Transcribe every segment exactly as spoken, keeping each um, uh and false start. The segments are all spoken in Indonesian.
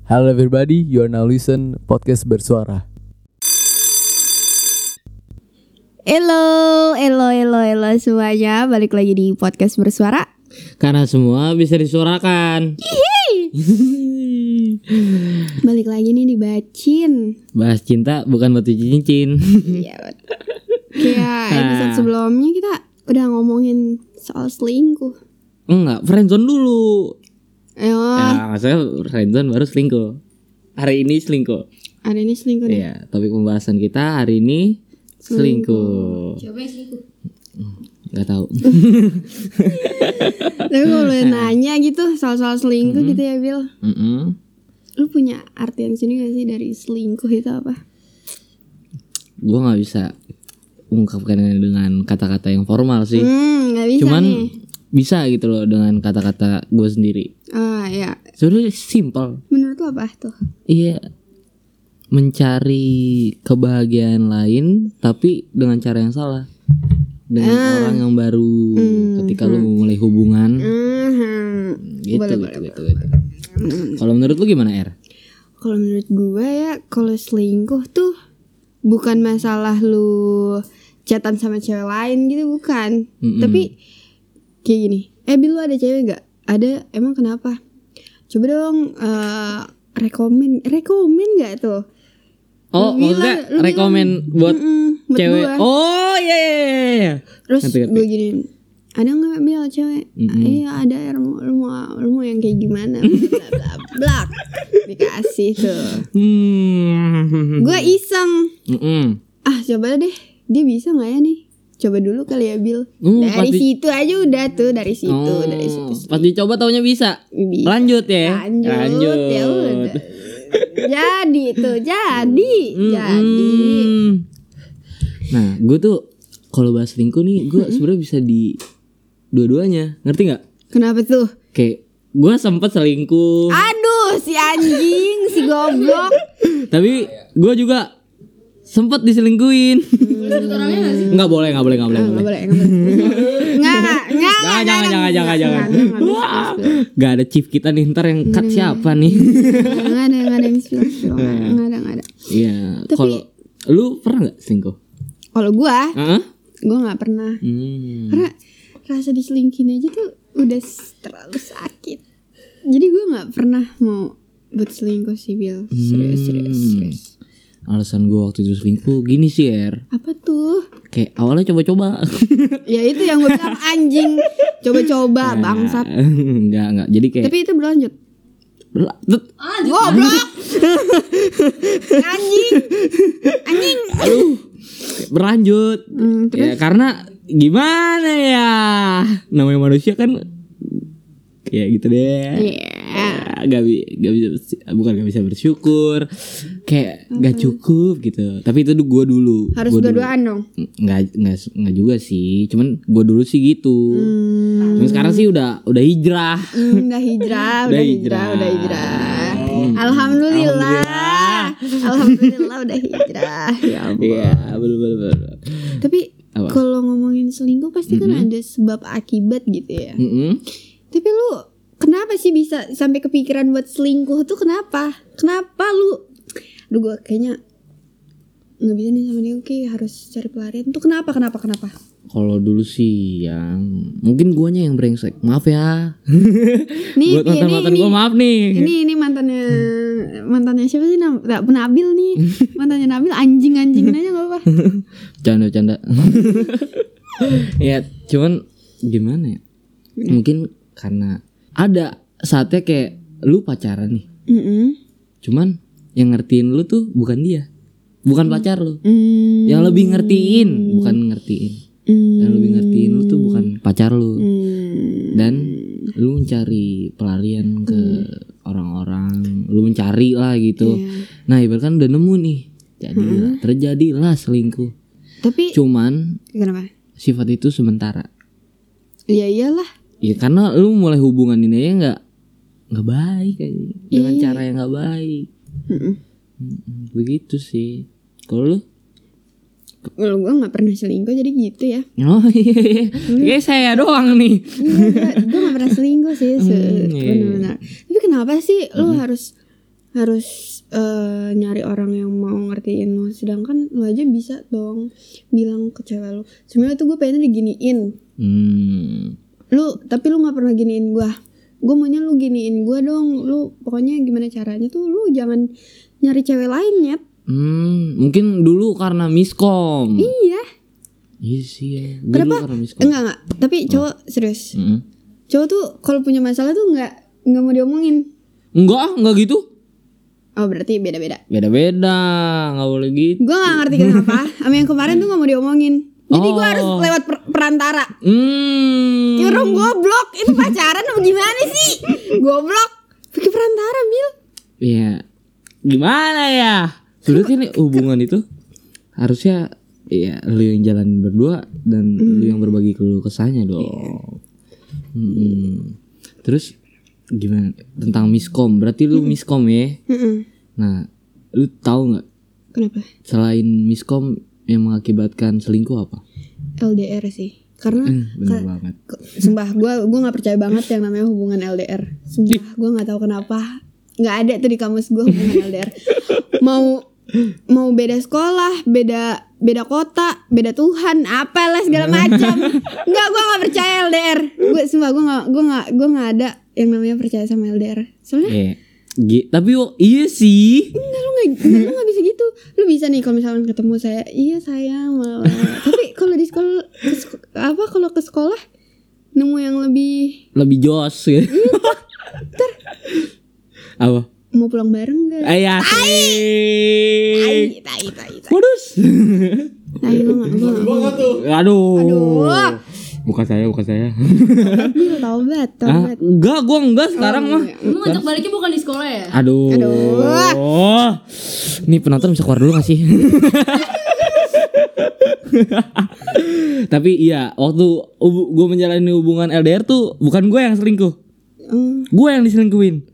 Hello everybody, you are now listen podcast bersuara. Hello, hello, hello, hello semuanya. Balik lagi di podcast bersuara. Karena semua bisa disuarakan. Balik lagi nih di Bacin. Bahas cinta bukan batu cincin. Iya. Kayak episode sebelumnya kita udah ngomongin soal selingkuh. Enggak, friendzone dulu. Ayo. Ya, maksudnya friendzone baru selingkuh. Hari ini selingkuh. Hari ini selingkuh nih. Iya, topik pembahasan kita hari ini selingkuh. Siapa yang selingkuh? Enggak tahu. Tapi kalau lu nanya gitu soal-soal selingkuh Mm-hmm. gitu ya, Bil. Mm-hmm. Lu punya artian sendiri gak sih dari selingkuh itu apa? Gue nggak bisa ungkapkannya dengan kata-kata yang formal sih. Hmm, gak bisa Cuman nih. bisa gitu loh dengan kata-kata gue sendiri. Ah, ya. Sebenarnya simple. Menurut lu apa tuh? Iya, mencari kebahagiaan lain tapi dengan cara yang salah, dengan Ah. orang yang baru Hmm, ketika lu memulai hubungan. Mhm. Gitu, Boleh, gitu, boleh, gitu, gitu. Kalau menurut lu gimana, Er? Kalau menurut gue ya, kalau selingkuh tuh bukan masalah lu chatan sama cewek lain gitu, bukan. Mm-mm. Tapi kayak gini, eh Bil, lu ada cewek gak? Ada, emang kenapa? Coba dong eh rekomen, rekomen gak tuh? Oh, Lu maksudnya bilang- lu rekomen buat Mm-mm, buat cewek. gua. Oh, iya iya iya, iya. Terus ngerti, ngerti. gue gini, ada nggak Bil cewek? Mm-mm. Iya ada, lu mau, lu mau, lu mau yang kayak gimana? Bla bla bla. Dikasih tuh. Hmm. Gue iseng. Mm-mm. Ah coba deh, dia bisa nggak ya nih? Coba dulu kali ya Bil. Hmm, Dari pasti- situ aja udah tuh, dari situ, Oh, dari situ. pas dicoba taunya bisa. Bisa. Lanjut ya. Lanjut, ya udah. Jadi tuh, jadi, Mm-mm. jadi. Nah, gue tuh kalau bahas selingkuh nih, gue sebenarnya bisa di dua-duanya, ngerti nggak? Kenapa tuh? Kayak gue sempet selingkuh, Aduh, si anjing, si goblok. tapi gue juga sempet diselingkuhin. Nggak boleh, nggak boleh, nggak boleh, Ah, nggak nggak boleh. boleh, nggak boleh. Nggak, nggak, nggak, Jangan, nggak, jangan, nggak, jangan, jangan, jangan. nggak, nggak, nggak, nggak, Gak ada chief kita nih, ntar yang cut siapa nih? nggak ada, nggak ada yang spill, spill, nggak ada, nggak ada. Iya. Tapi- Kalau lu pernah nggak selingkuh? Kalau gua, Hah? gua nggak pernah. Hmm. Karena rasa diselingkin aja tuh udah s- terlalu sakit. Jadi gue nggak pernah mau buat selingkuh sih, Bil. Serius, serius, Hmm. serius. Alasan gue waktu itu selingkuh gini sih, Er. Apa tuh? Kayak awalnya coba-coba. Ya itu yang gue bilang anjing. Coba-coba bangsat. Enggak, enggak. Jadi kayak Tapi itu berlanjut. Bela- tut. Goblok. Anjing. Anjing. Aduh, kayak berlanjut. Hmm, terus? Ya karena gimana ya? Namanya manusia kan kayak gitu deh. Iya. Gak, bi- gak bisa, bukan gak bisa bersyukur, kayak gak cukup gitu. Tapi itu gue dulu. Harus Gua dulu. dua-duaan dong. Nggak, nggak, nggak juga sih. Cuman gue dulu sih gitu. Hmm. Cuman sekarang sih udah udah hijrah. Hmm, udah hijrah, Udah udah hijrah, hijrah. udah hijrah. Hmm. Alhamdulillah. Alhamdulillah udah hijrah. Ya ampun. Iya, betul betul betul. Tapi Apa? kalau ngomongin selingkuh pasti kan ada sebab akibat gitu ya. Mm-mm. Tapi lu kenapa sih bisa sampai kepikiran buat selingkuh tuh, kenapa? Kenapa lu? Aduh gue kayaknya nggak bisa nih sama dia, oke harus cari pelarian tuh, kenapa? Kenapa? Kenapa? Kalau dulu sih yang mungkin guanya yang brengsek. Maaf ya. Nih, Buat iya, nih, mantan-mantan ini, gue maaf nih. ini ini mantannya mantannya siapa sih? Nam- Nabil nih. Mantannya Nabil anjing-anjingin aja nggak apa-apa. Canda-canda. Ya, cuman gimana ya? Mungkin karena ada saatnya kayak lu pacaran nih. Mm-mm. Cuman yang ngertiin lu tuh bukan dia. Bukan pacar lu. Mm. Yang lebih ngertiin, bukan ngertiin. Mm. Yang lebih ngertiin lu tuh bukan pacar lu. Mm. Dan lu mencari pelarian ke orang-orang, lu mencari lah gitu. Iya. Nah, ibaratkan udah nemu nih. Jadilah, terjadilah selingkuh. Tapi Cuman kenapa? sifat itu sementara. Ya iyalah. Ya karena lu mulai hubungan ini aja nggak nggak baik kayaknya. Dengan Iya. cara yang nggak baik. Mm-mm. Mm-mm, begitu sih. Kalau lu? Kalau gue nggak pernah selingkuh jadi gitu ya. Oh iya, iya. Kayak saya doang nih. Iya, gue gak pernah selingkuh sih se- Hmm, iya, iya. benar-benar. Tapi kenapa sih lo harus harus uh, nyari orang yang mau ngertiin lo, sedangkan lo aja bisa dong bilang ke cewek lo, sebenarnya tuh gue pengen diginiin. Hmm. Lu tapi lu nggak pernah giniin gue, gue maunya lu giniin gue dong. Lu pokoknya gimana caranya tuh lu jangan nyari cewek lain ya. Hmm, mungkin dulu karena miskom. Iya. Iya sih ya. Gue Kenapa? dulu karena miskom. Enggak enggak. Tapi cowok oh. serius. Mm-hmm. Cowok tuh kalau punya masalah tuh nggak nggak mau diomongin. Enggak, enggak gitu. Oh berarti beda-beda. Beda-beda, nggak boleh gitu. Gue nggak ngerti kenapa. Sama yang kemarin tuh nggak mau diomongin. Jadi oh. gue harus lewat per- perantara. Hmm. Ya orang goblok, itu pacaran apa gimana sih? Goblok. Pakai perantara, Bil. Iya. Gimana ya? Sebenarnya kan hubungan itu harusnya ya lu yang jalan berdua dan mm. lu yang berbagi keluh kesahnya dong. Yeah. Hmm. Terus gimana tentang miskom? Berarti lu mm. miskom ya? Mm-mm. Nah, lu tahu nggak? Kenapa? Selain miskom yang mengakibatkan selingkuh apa? L D R sih. Karena mm, bener ka- banget. Sumpah gue gue nggak percaya banget yang namanya hubungan L D R. Sumpah gue nggak tahu kenapa. Nggak ada tuh di kamus gue hubungan L D R. Mau mau beda sekolah, beda beda kota, beda Tuhan, apalah segala macam. Enggak, gue nggak percaya L D R. Gue sumpah gue nggak gue nggak gue nggak ada yang namanya percaya sama L D R. Soalnya yeah. G- tapi oh, iya sih. Enggak, lu nggak lu nggak bisa gitu. Lu bisa nih kalau misalnya ketemu saya, iya sayang malah. Tapi kalau di sekolah ke sek- apa kalau ke sekolah nemu yang lebih lebih jos ya. Ter apa? Mau pulang bareng gak? Ayah. Tai, tai, tai, tai. Modus. Tai lu nggak? Banget tuh. Aduh. Aduh. Bukan saya, bukan saya. Bil, taubat, taubat. Enggak, gua enggak sekarang oh, mah. Lu ngajak baliknya bukan di sekolah ya? Aduh. Aduh. Nih penonton bisa keluar dulu gak sih? Tapi iya, waktu gue menjalani hubungan L D R tuh bukan gue yang selingkuh. Mm. Gue yang diselingkuhin.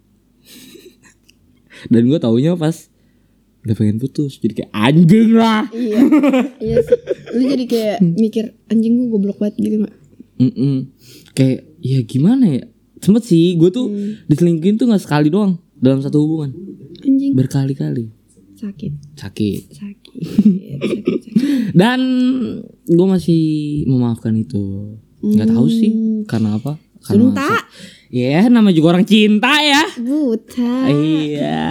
Dan gue taunya pas udah pengen putus, jadi kayak anjing lah. Iya, iya sih. Lu jadi kayak mikir anjing gue goblok banget gitu gak? Mm-mm. Kayak ya gimana ya? Sempet sih gue tuh hmm. diselingkuhin tuh gak sekali doang dalam satu hubungan. Anjing. Berkali-kali. Sakit. Sakit. Sakit. sakit, sakit. Dan gue masih memaafkan itu. Gak tahu sih karena apa? Karena cinta. Ya yeah, nama juga orang cinta ya. Buta. Iya.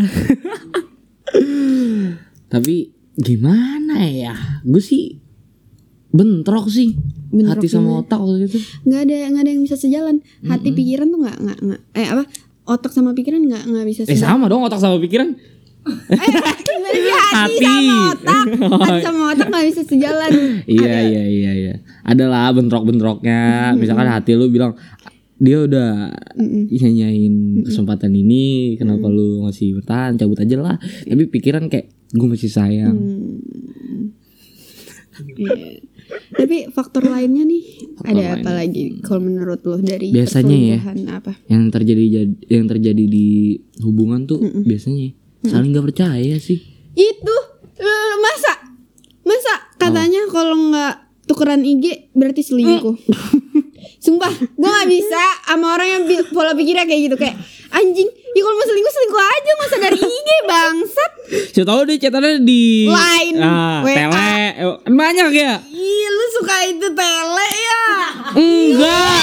Tapi gimana ya? Gue sih bentrok sih. Bentrok hati sama otak waktu itu. Nggak ada nggak ada yang bisa sejalan. Hati mm-hmm. pikiran tuh nggak nggak nggak. Eh apa? Otak sama pikiran nggak nggak bisa sejalan. Eh sama dong otak sama pikiran. eh, hati, hati sama otak. Hati sama otak nggak bisa sejalan. Iya iya iya iya. Adalah bentrok-bentroknya. Mm-hmm. Misalkan hati lu bilang dia udah nyanyain kesempatan ini, kenapa mm. lu masih bertahan, cabut aja lah. Tapi pikiran kayak gue masih sayang. Mm. yeah. Tapi faktor lainnya nih faktor ada lain. Apa lagi kalau menurut lo dari biasanya ya apa? Yang terjadi yang terjadi di hubungan tuh Mm-mm. biasanya Mm-mm. saling gak percaya sih. Itu masa masa katanya oh. kalau nggak tukeran I G berarti selingkuh. Sumpah, gue gak bisa sama orang yang bi- pola pikirnya kayak gitu. Kayak anjing, ya kalau mau selingkuh, selingkuh aja, gak usah dari I G, bangsat. Siapa tau deh chatannya di Line, ah, tele, banyak ya. Ih, lu suka itu tele ya? Enggak.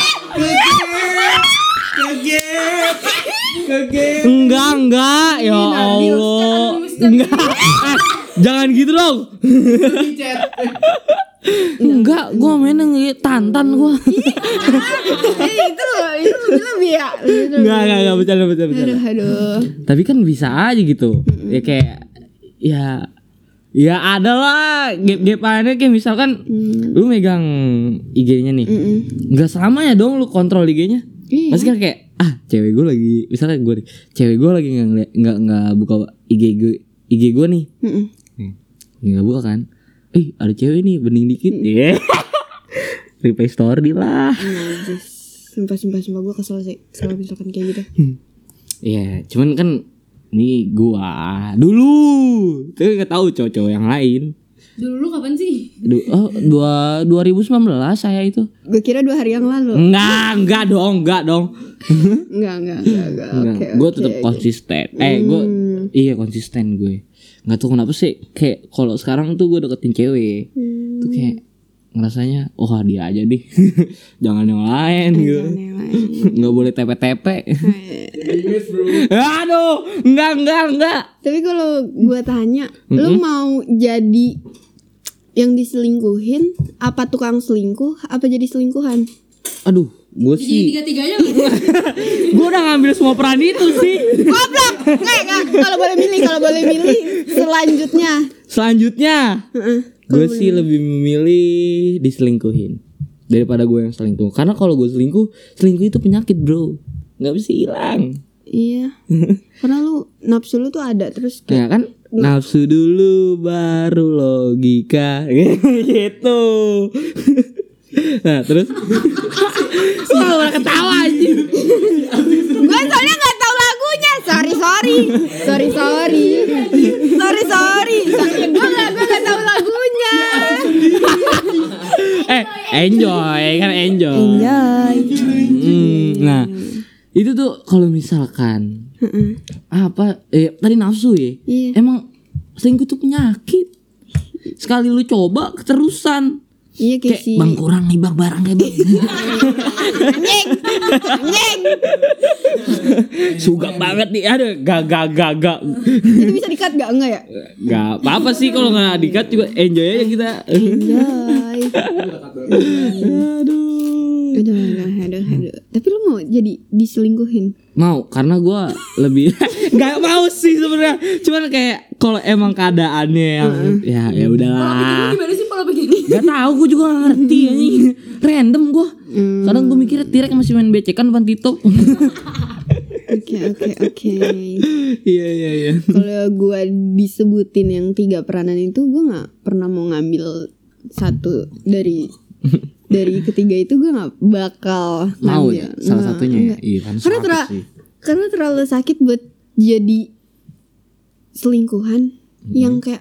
Kaget. Kaget. Enggak, enggak. Ya Allah. Enggak. Jangan gitu dong. Enggak, gue mainnya nge tantan gue. Itu itu lebih ya. Enggak, enggak, enggak bercanda bercanda. Aduh, aduh. Tapi kan bisa aja gitu. Mm-mm. Ya kayak ya ya ada lah gap-gapannya kayak misalkan mm. lu megang I G-nya nih. Enggak selamanya dong lu kontrol I G-nya. Iya. Pasti kan kayak ah, cewek gue lagi misalnya gue nih, cewek gue lagi enggak enggak enggak buka I G gue I G gue nih. Heeh. Enggak buka kan? Eh ada cewek nih bening dikit. Iya. Reply story lah. Iya, sumpah sumpah sumpah gue kesel sih kalau misalkan kayak gitu. Iya, cuman kan ini gua dulu, tapi nggak tahu cowok-cowok yang lain. Dulu kapan sih? Du- oh, dua dua ribu sembilan belas saya itu. Gue kira dua hari yang lalu. Enggak, enggak dong, enggak dong. Enggak, enggak, enggak, enggak. Enggak, Oke, gue oke, tetap oke. konsisten. Eh, gue iya konsisten gue. Nggak tahu kenapa sih, kayak kalau sekarang tuh gue deketin cewek, Hmm. tuh kayak ngerasanya, oh dia aja deh, jangan yang lain gitu. Jangan yang lain. Nggak boleh tepe-tepe. Genius bro. Aduh, enggak, enggak, enggak. Tapi kalau gue tanya, lu mau jadi yang diselingkuhin, apa tukang selingkuh, apa jadi selingkuhan? Aduh, gue Jadi sih, tiga-tiganya. gue udah ngambil semua peran itu sih. Goblok! Enggak, enggak. Kalau boleh milih, kalau boleh milih selanjutnya. Selanjutnya, Heeh. gue sih lebih memilih diselingkuhin daripada gue yang selingkuh. Karena kalau gue selingkuh, selingkuh itu penyakit bro, nggak bisa hilang. Iya. Karena lu nafsu lu tuh ada terus Ya kayak kan, nafsu dulu baru logika gitu. Nah terus, wah malah ketawa aja. gue soalnya nggak tahu lagunya. Sorry, sorry. Sorry, sorry. Sorry, sorry. Gue nggak gue nggak tahu lagunya. Eh, enjoy kan enjoy. Enjoy. Hmm, nah itu tuh kalau misalkan apa eh tadi nafsu ya, Iya. emang selingkuh tuh penyakit. Sekali lu coba keterusan. Iya kayak Kayak si bang kurang nih bang barang nih bang. anjing. Anjing. Suga banget nih, aduh gak gak gak gak. Itu bisa di-cut gak? Enggak ya? Gak apa-apa sih kalau nggak dikat juga enjoy aja kita. Enjoy. Aduh. Aduh, aduh, aduh, aduh. Tapi lu mau jadi diselingkuhin? Mau karena gue lebih nggak mau sih sebenarnya. Cuman kayak kalau emang keadaannya yang ya ya udahlah. Gimana sih kalau begini? Gak tahu gue juga gak ngerti anjing. Random gue. Kadang gue mikirnya Tirek masih main becekan depan Tito. Oke, oke, oke. Iya iya iya. Kalau gue disebutin yang tiga peranan itu, gue nggak pernah mau ngambil satu dari dari ketiga itu. Gue nggak bakal Mau ngambil. ya salah Nggak, satunya ya. nggak. Iya kan Karena, sakit tera- sih. karena terlalu sakit buat jadi selingkuhan yang kayak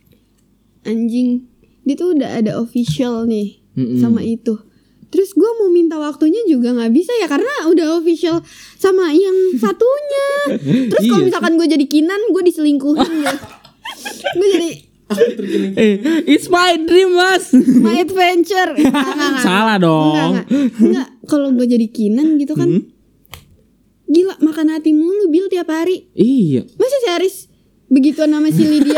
anjing. Dia tuh udah ada official nih Mm-mm. sama itu. Terus gue mau minta waktunya juga nggak bisa ya karena udah official sama yang satunya. Terus kalau Iya misalkan gue jadi Kinan, gue diselingkuhin ya. Gue jadi Eh, it's my dream mas. my adventure. Nggak, nggak, nggak. Salah dong. Enggak, enggak. Enggak. Kalau gue jadi Kinan gitu kan, Hmm? gila makan hati mulu Bil tiap hari. Iya. Masa si Aris begitu nama si Lydia?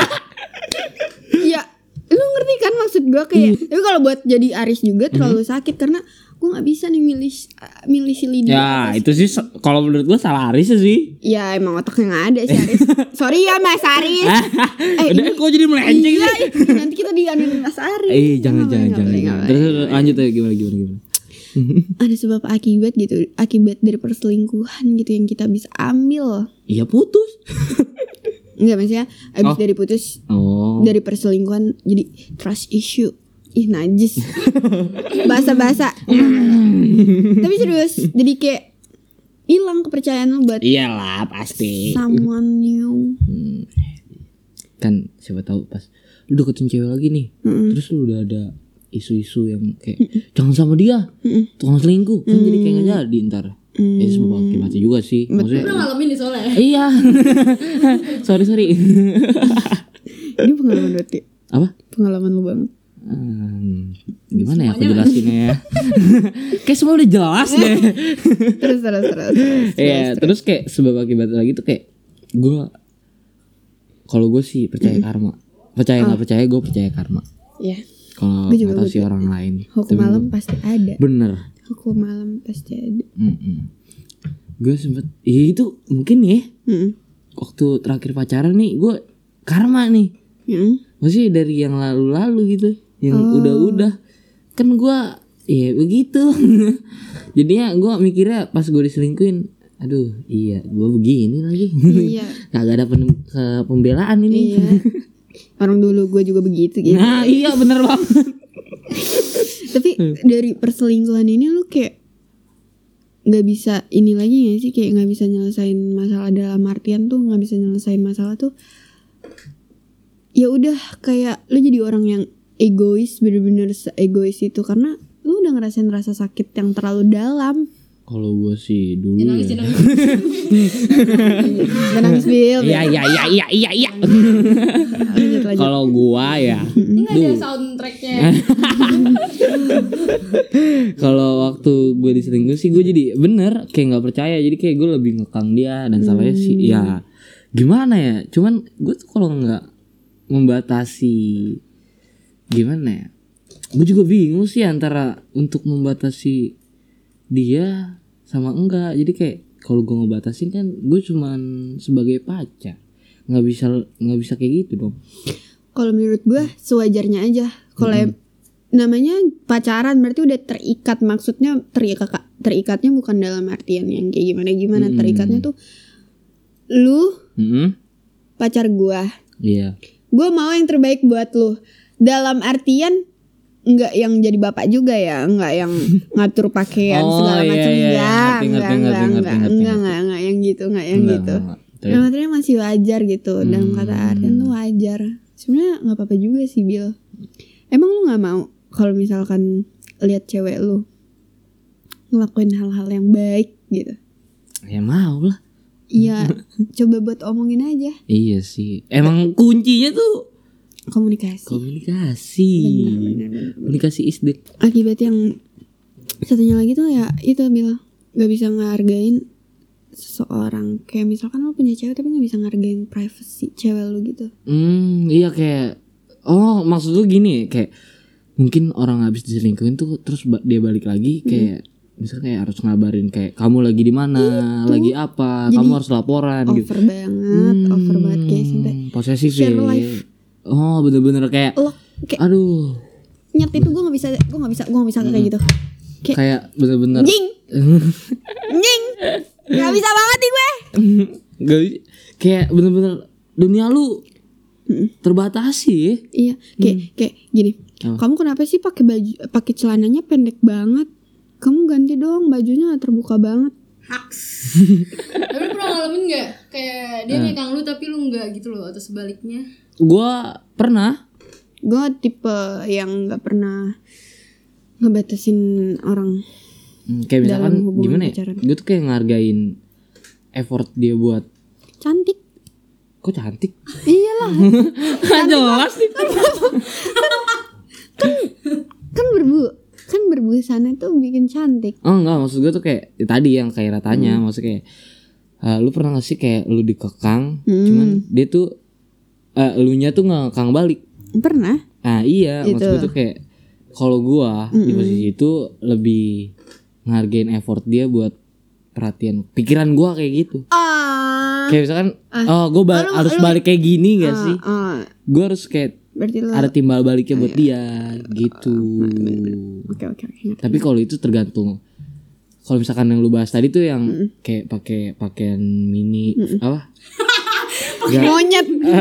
Ya, lu ngerti kan maksud gue kayak. Iya. Tapi kalau buat jadi Aris juga terlalu sakit karena gue nggak bisa nih milih milih si Lydia. Ya itu sih se- kalau menurut gue salah Aris sih. Ya emang otaknya nggak ada si Aris. Sorry ya Mas Aris. Eh, Udah ini- kok jadi melenceng Iya, sih. iya. Nanti kita dianuin Mas Aris. Eh jangan Nggak jangan boleh, jangan. nggak jangan. boleh, Terus nggak boleh. lanjut aja gimana gimana gimana. Ada sebab akibat gitu, akibat dari perselingkuhan gitu yang kita bisa ambil. Iya putus. Enggak maksudnya abis Oh. dari putus Oh. dari perselingkuhan jadi trust issue. Ih najis. Bahasa-bahasa. Tapi serius, jadi kayak hilang kepercayaan lu buat Iyalah pasti. someone new. Hmm. Kan siapa tahu pas lu deketin cewek lagi nih, terus lu udah ada isu-isu yang kayak jangan sama dia, tukang selingkuh, kan jadi kayak nggak jadi ntar. Ya itu sebab akibatnya juga sih. Maksudnya Pernah ngalamin nih soalnya. iya. sorry sorry. Ini pengalaman berarti. Apa? Pengalaman lu banget. Hmm, gimana ya aku jelasinnya ya? Kayak semua udah jelas deh. Terus terus terus. terus. Iya, terus kayak sebab akibat lagi tuh kayak gue, kalau gue sih percaya karma. Percaya nggak percaya gue percaya karma. Ya, Kalau Gue juga nggak tahu sih begitu. orang lain. hukum Tapi malam gua- pasti ada. bener. Hukum malam pasti ada. Gue sempet, ya itu mungkin ya Mm-mm. waktu terakhir pacaran nih gue karma nih. Mm-mm. Maksudnya dari yang lalu-lalu gitu, yang Oh. udah-udah kan gue ya begitu. Jadinya gue mikirnya pas gue diselingkuhin, aduh iya gue begini lagi. Iya. Kagak ada pen- ke- pembelaan ini. Iya. Orang dulu gue juga begitu gitu. Nah iya bener banget. Tapi dari perselingkuhan ini lu kayak nggak bisa ini lagi nggak sih, kayak nggak bisa nyelesain masalah dalam artian tuh nggak bisa nyelesain masalah tuh ya udah kayak lu jadi orang yang egois, bener-bener egois itu karena lu udah ngerasain rasa sakit yang terlalu dalam. Kalau gue sih dulu Ya, nangis, ya. nangis. Gak nangis Bil. Iya iya iya iya iya iya. Lanjut, lanjut. Kalau gua ya, Ini nggak ada duh, soundtracknya. kalau waktu gue diselingkuh sih gue jadi bener kayak nggak percaya, jadi kayak gue lebih ngekang dia dan salahnya sih ya gimana ya. Cuman gue tuh kalau nggak membatasi gimana ya, gue juga bingung sih antara untuk membatasi dia sama enggak. Jadi kayak kalau gue ngebatasin kan gue cuman sebagai pacar, nggak bisa nggak bisa kayak gitu dong. Kalau menurut gue sewajarnya aja. Kalau Mm-mm. namanya pacaran berarti udah terikat. Maksudnya terikat terikatnya bukan dalam artian yang kayak gimana gimana. Mm-mm. Terikatnya tuh lu Mm-mm. pacar gue, Iya. gue mau yang terbaik buat lu. Dalam artian nggak yang jadi bapak juga ya, nggak yang ngatur pakaian Oh, segala iya, macam, iya, iya. enggak, Ngerti, enggak, ngerti, enggak, ngerti, enggak, ngerti, enggak, ngerti. enggak, enggak, yang gitu, enggak yang Enggak, gitu. enggak, enggak. Dalam artian masih wajar gitu, dalam Hmm. kata artian tuh wajar. Sebenarnya nggak apa-apa juga sih Bil. Emang lu nggak mau kalau misalkan lihat cewek lu ngelakuin hal-hal yang baik gitu? Ya mau lah. Iya, coba buat omongin aja. Iya sih. Emang kuncinya tuh Komunikasi. komunikasi. Benar, benar, benar. Komunikasi is the Akibat yang satunya lagi tuh ya itu Bil, nggak bisa ngehargain seseorang. Kayak misalkan lu punya cewek tapi nggak bisa ngehargain privacy cewek lu gitu. Hmm, iya kayak oh, maksud lu gini kayak mungkin orang habis diselingkuhin tuh terus ba- dia balik lagi kayak misalnya kayak harus ngabarin kayak kamu lagi di mana, lagi apa, Jadi, kamu harus laporan gitu. Over banget, over banget kayak sampai Hmm, posesif share ya. life. Oh, bener-bener kayak lo kayak aduh, nyet itu gue nggak bisa, gue nggak bisa, gue nggak bisa kayak gitu. Kayak kayak bener-bener jing, jing, nggak bisa banget nih gue. Gak, kayak bener-bener dunia lu terbatasi ya. Iya, kayak kayak gini. Apa? Kamu kenapa sih pakai baju, pakai celananya pendek banget? Kamu ganti dong bajunya nggak terbuka banget. Tapi lu pernah ngalamin nggak kayak dia ngekang lu tapi lu nggak gitu loh, atau sebaliknya? Gua pernah. Gue tipe yang nggak pernah ngebatasin orang. Hmm, kayak misalkan Dalam hubungan gimana ya? pacaran. Gue tuh kayak ngargain effort dia buat Cantik. kok cantik. Iyalah, Gak jelas nih. kan berbu kan berbusana itu bikin cantik. Oh enggak, maksud gue tuh kayak ya tadi yang kayak ratanya, maksudnya kayak eh, lu pernah gak sih kayak lu dikekang, cuman dia tuh eh, elunya tuh nggak ngekang balik. Pernah? Nah iya, Itu. maksud gue tuh kayak kalau gua di posisi itu lebih ngargain effort dia buat perhatian pikiran gua kayak gitu. Ah, Kayak misalkan oh gua ba- lu- harus lu- balik kayak gini gak sih? ah, Gua harus kayak berarti lo. ada timbal baliknya buat dia gitu. Oke oke oke. Tapi kalau itu tergantung. Kalau misalkan yang lu bahas tadi tuh yang kayak pakai pakaian mini apa? Gak, Monyet.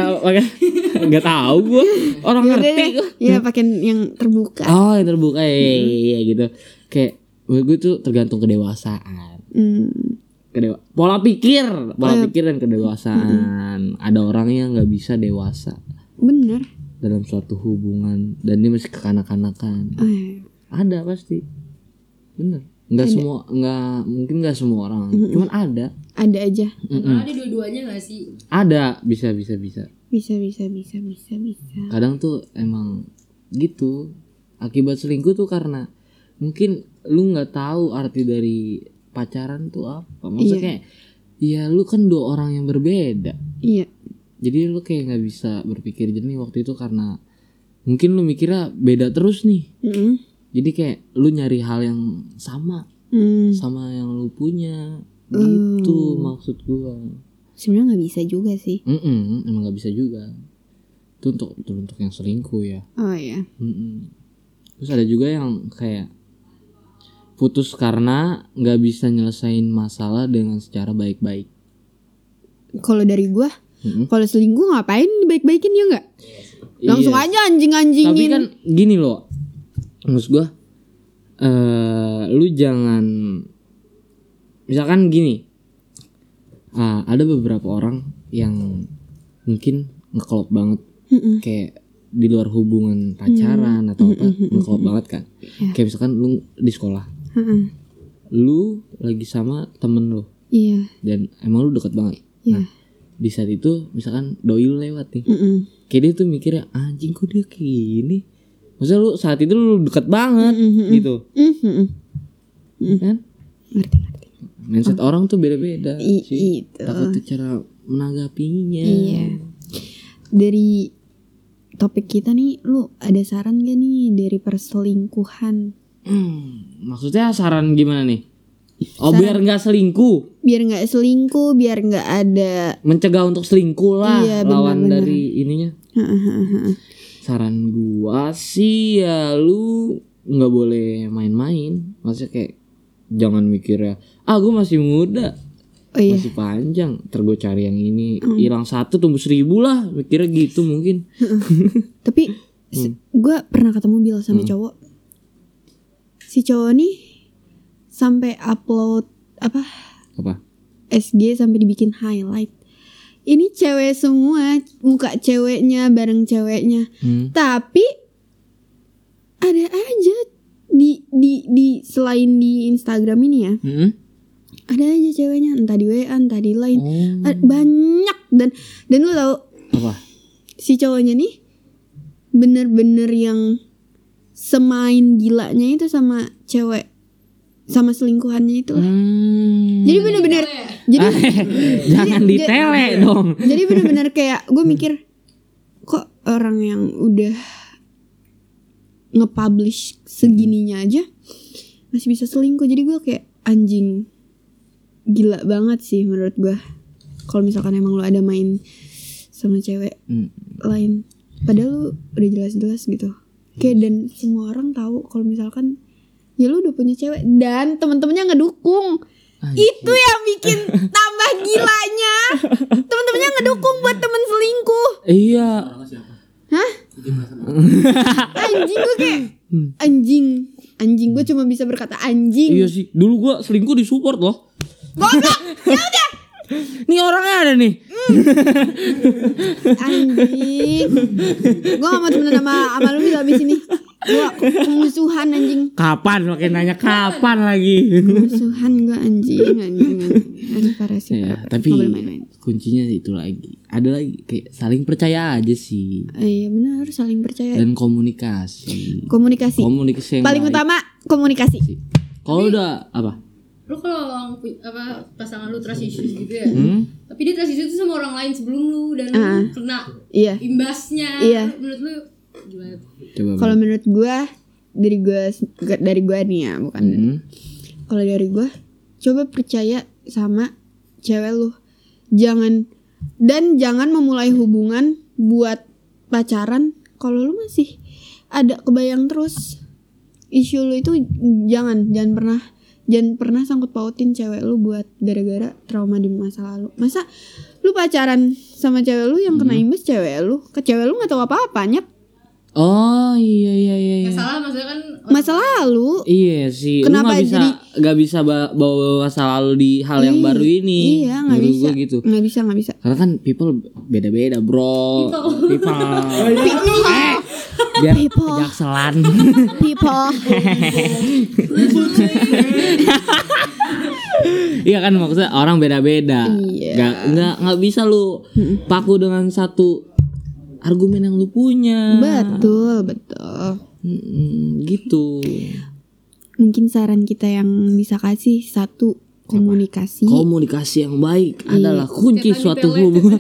Gak tahu gue. Orang ngerti gua. Iya pakai yang terbuka. Oh yang terbuka ya, ya, ya, ya, gitu. Kayak gue tuh tergantung kedewasaan. Hmm. Kedewa pola pikir, pola pikir dan kedewasaan. Ada orang yang nggak bisa dewasa Bener. dalam suatu hubungan dan dia masih kekanak-kanakan. Oh, iya. Ada pasti. Bener. Nggak semua, nggak mungkin nggak semua orang. Cuman ada. Ada aja. Atau ada dua-duanya nggak sih? Ada bisa bisa bisa. Bisa bisa bisa bisa bisa. Kadang tuh emang gitu. Akibat selingkuh tuh karena mungkin lu nggak tahu arti dari pacaran tuh apa. Maksudnya kayak ya lu kan dua orang yang berbeda. Iya. Jadi lu kayak nggak bisa berpikir jernih waktu itu karena mungkin lu mikirnya beda terus nih. Mm-mm. Jadi kayak lu nyari hal yang sama Hmm. sama yang lu punya gitu maksud gua. Sebenarnya nggak bisa juga sih. Mm-mm, emang nggak bisa juga. Itu untuk itu untuk yang selingkuh ya. Oh ya. Mm-mm. Terus ada juga yang kayak putus karena nggak bisa nyelesain masalah dengan secara baik-baik. Kalau dari gua, Mm-mm. kalau selingkuh ngapain dibaik-baikin ya nggak? Langsung Iya. aja anjing-anjingin. Tapi kan gini loh, maksud gua, eh lu jangan, misalkan gini, ah, ada beberapa orang yang mungkin ngeklop banget kayak di luar hubungan pacaran atau apa ngeklop banget kan. Kayak misalkan lu di sekolah, Heeh. lu lagi sama temen lu Iya. dan emang lu deket banget. Iya. Nah, di saat itu misalkan doi lu lewat nih, Mm-mm. kayak dia tuh mikirnya anjing kok dia kayak gini. Maksudnya lu saat itu lu deket banget gitu, Mhm. kan? Ngerti ngerti. Mindset orang tuh beda-beda I- sih. itu. Tapi tuh cara menanggapinya. Iya. Dari topik kita nih, lu ada saran gak nih dari perselingkuhan? Hmm, maksudnya saran gimana nih? Oh biar nggak selingkuh, Biar nggak selingkuh, biar nggak ada. mencegah untuk selingkuh lah, Iya, lawan benar-benar. dari ininya. Saran gua sih ya lu nggak boleh main-main. Maksudnya kayak jangan mikirnya ah gue masih muda, Oh iya. masih panjang, ntar gue cari yang ini hilang satu tumbuh seribu lah, mikirnya gitu mungkin. Tapi gue pernah ketemu Bil sama cowok. Si cowok nih sampai upload apa Apa? S G sampai dibikin highlight. Ini cewek semua, muka ceweknya bareng ceweknya. Hmm. Tapi ada aja di di di selain di Instagram ini ya, Hmm? ada aja ceweknya entah di W A entah di Line. Oh. A- banyak dan dan lu tahu Apa? si cowoknya nih bener-bener yang semain gilanya itu sama cewek, sama selingkuhannya itu. Hmm. Jadi bener-bener jadi Jangan jadi- ditele dong. jadi bener-bener kayak gue mikir kok orang yang udah nge-publish segininya aja masih bisa selingkuh. Jadi gue kayak anjing, gila banget sih menurut gue. Kalau misalkan emang lu ada main sama cewek Hmm. lain, padahal lu udah jelas-jelas gitu. Kayak dan semua orang tahu kalau misalkan ya lu udah punya cewek dan teman-temannya ngedukung. Anjir. Itu yang bikin tambah gilanya. Teman-temannya ngedukung buat temen selingkuh. Iya. Hah? Anjing gue kayak anjing, anjing gue cuma bisa berkata anjing. Iya sih. Dulu gua selingkuh disupport loh. Goblok, ya udah. Nih orangnya ada nih. Anjing. Gue gak mau temenan sama sama lu nih abis ini. Gue musuhan anjing. Kapan makin nanya kapan lagi. Musuhan gue anjing, anjing, anjing. Aduh parah sih. Ya, parah. tapi Nggak boleh main-main. kuncinya itu lagi. Ada lagi kayak saling percaya aja sih Eh, iya benar, saling percaya. dan komunikasi. Komunikasi. Komunikasi yang Paling baik. utama komunikasi. Kalau udah apa? Lu kalau pu- apa pasangan lu trust issues gitu ya, Hmm? tapi dia trust issues itu sama orang lain sebelum lu dan Ah. lu kena Iya. imbasnya. Iya. Menurut lu gimana? Coba. Kalau menurut gue dari gue dari gue nih ya, bukan. Hmm? Kalau dari gue, coba percaya sama cewek lu. Jangan dan jangan memulai hubungan buat pacaran kalau lu masih ada kebayang terus isu lu itu. Jangan jangan pernah jangan pernah sangkut pautin cewek lu buat gara-gara trauma di masa lalu. Masa lu pacaran sama cewek lu yang kena imbas cewek lu, ke cewek lu nggak tahu apa-apa nyet. Oh iya iya iya. iya. Gak salah maksudnya kan Masa lalu. Iya sih. Kenapa Lu gak bisa jadi- gak bisa ba- bawa masa lalu di hal yang Ih, baru ini. Iya nggak Menurut bisa gua gitu. nggak bisa nggak bisa. Karena kan people beda-beda bro. People. People, Eh, biar People. kejakselan. people. Iya kan maksudnya orang beda-beda. Iya. Gak nggak nggak bisa lu paku dengan satu argumen yang lu punya. Betul betul. Mm-mm, gitu. Mungkin saran kita yang bisa kasih satu, komunikasi. Komunikasi yang baik Iya. adalah kunci Kayak suatu tadi hubungan.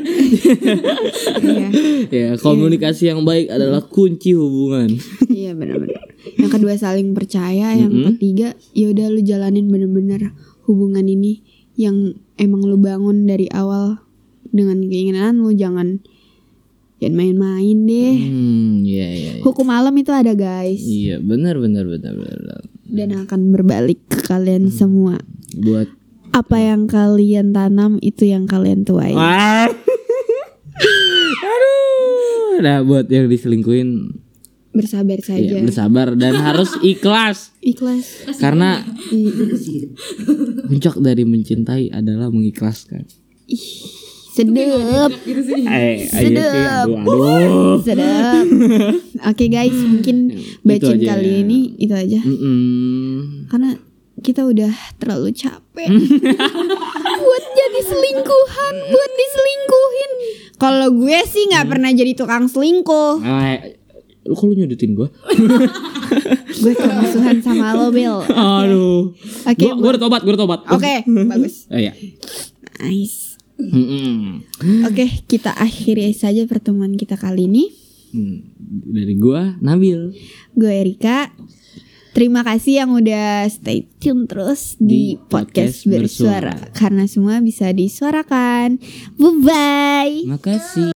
Iya, Ya, komunikasi yang baik adalah kunci hubungan. iya benar-benar. Yang kedua saling percaya, yang ketiga ya udah lu jalanin bener-bener hubungan ini yang emang lu bangun dari awal dengan keinginan lu. Jangan jangan main-main deh. Hmm, iya iya. Iya, Hukum alam itu ada guys, iya benar benar benar benar. dan akan berbalik ke kalian semua. Buat Apa yang kalian tanam itu yang kalian tuai. Wah. Aduh. Nah, buat yang diselingkuhin Bersabar saja. ya, bersabar dan harus ikhlas. Ikhlas. Karena I- puncak dari mencintai adalah mengikhlaskan. Ih, Sedep. gitu sih. Eh, ayo Sedep. sih, aduh, aduh. Sedap. Oke guys, mungkin bacin aja kali ya. ini itu aja. Mm-mm. Karena kita udah terlalu capek buat jadi selingkuhan, buat diselingkuhin. Kalau gue sih nggak pernah jadi tukang selingkuh. Eh, lu kok lu nyudutin gua? Gue kemusuhan sama lo, Bel. Aduh. Oke, Gua, gua udah tobat, gua udah tobat. Oke, bagus. Oh iya. Nice. Mm-mm. Oke, kita akhiri saja pertemuan kita kali ini. Hmm, dari gua Nabil Gue Erika. Terima kasih yang udah stay tune terus di, Di podcast, Podcast bersuara. Bersuara. Karena semua bisa disuarakan. Bye bye. makasih.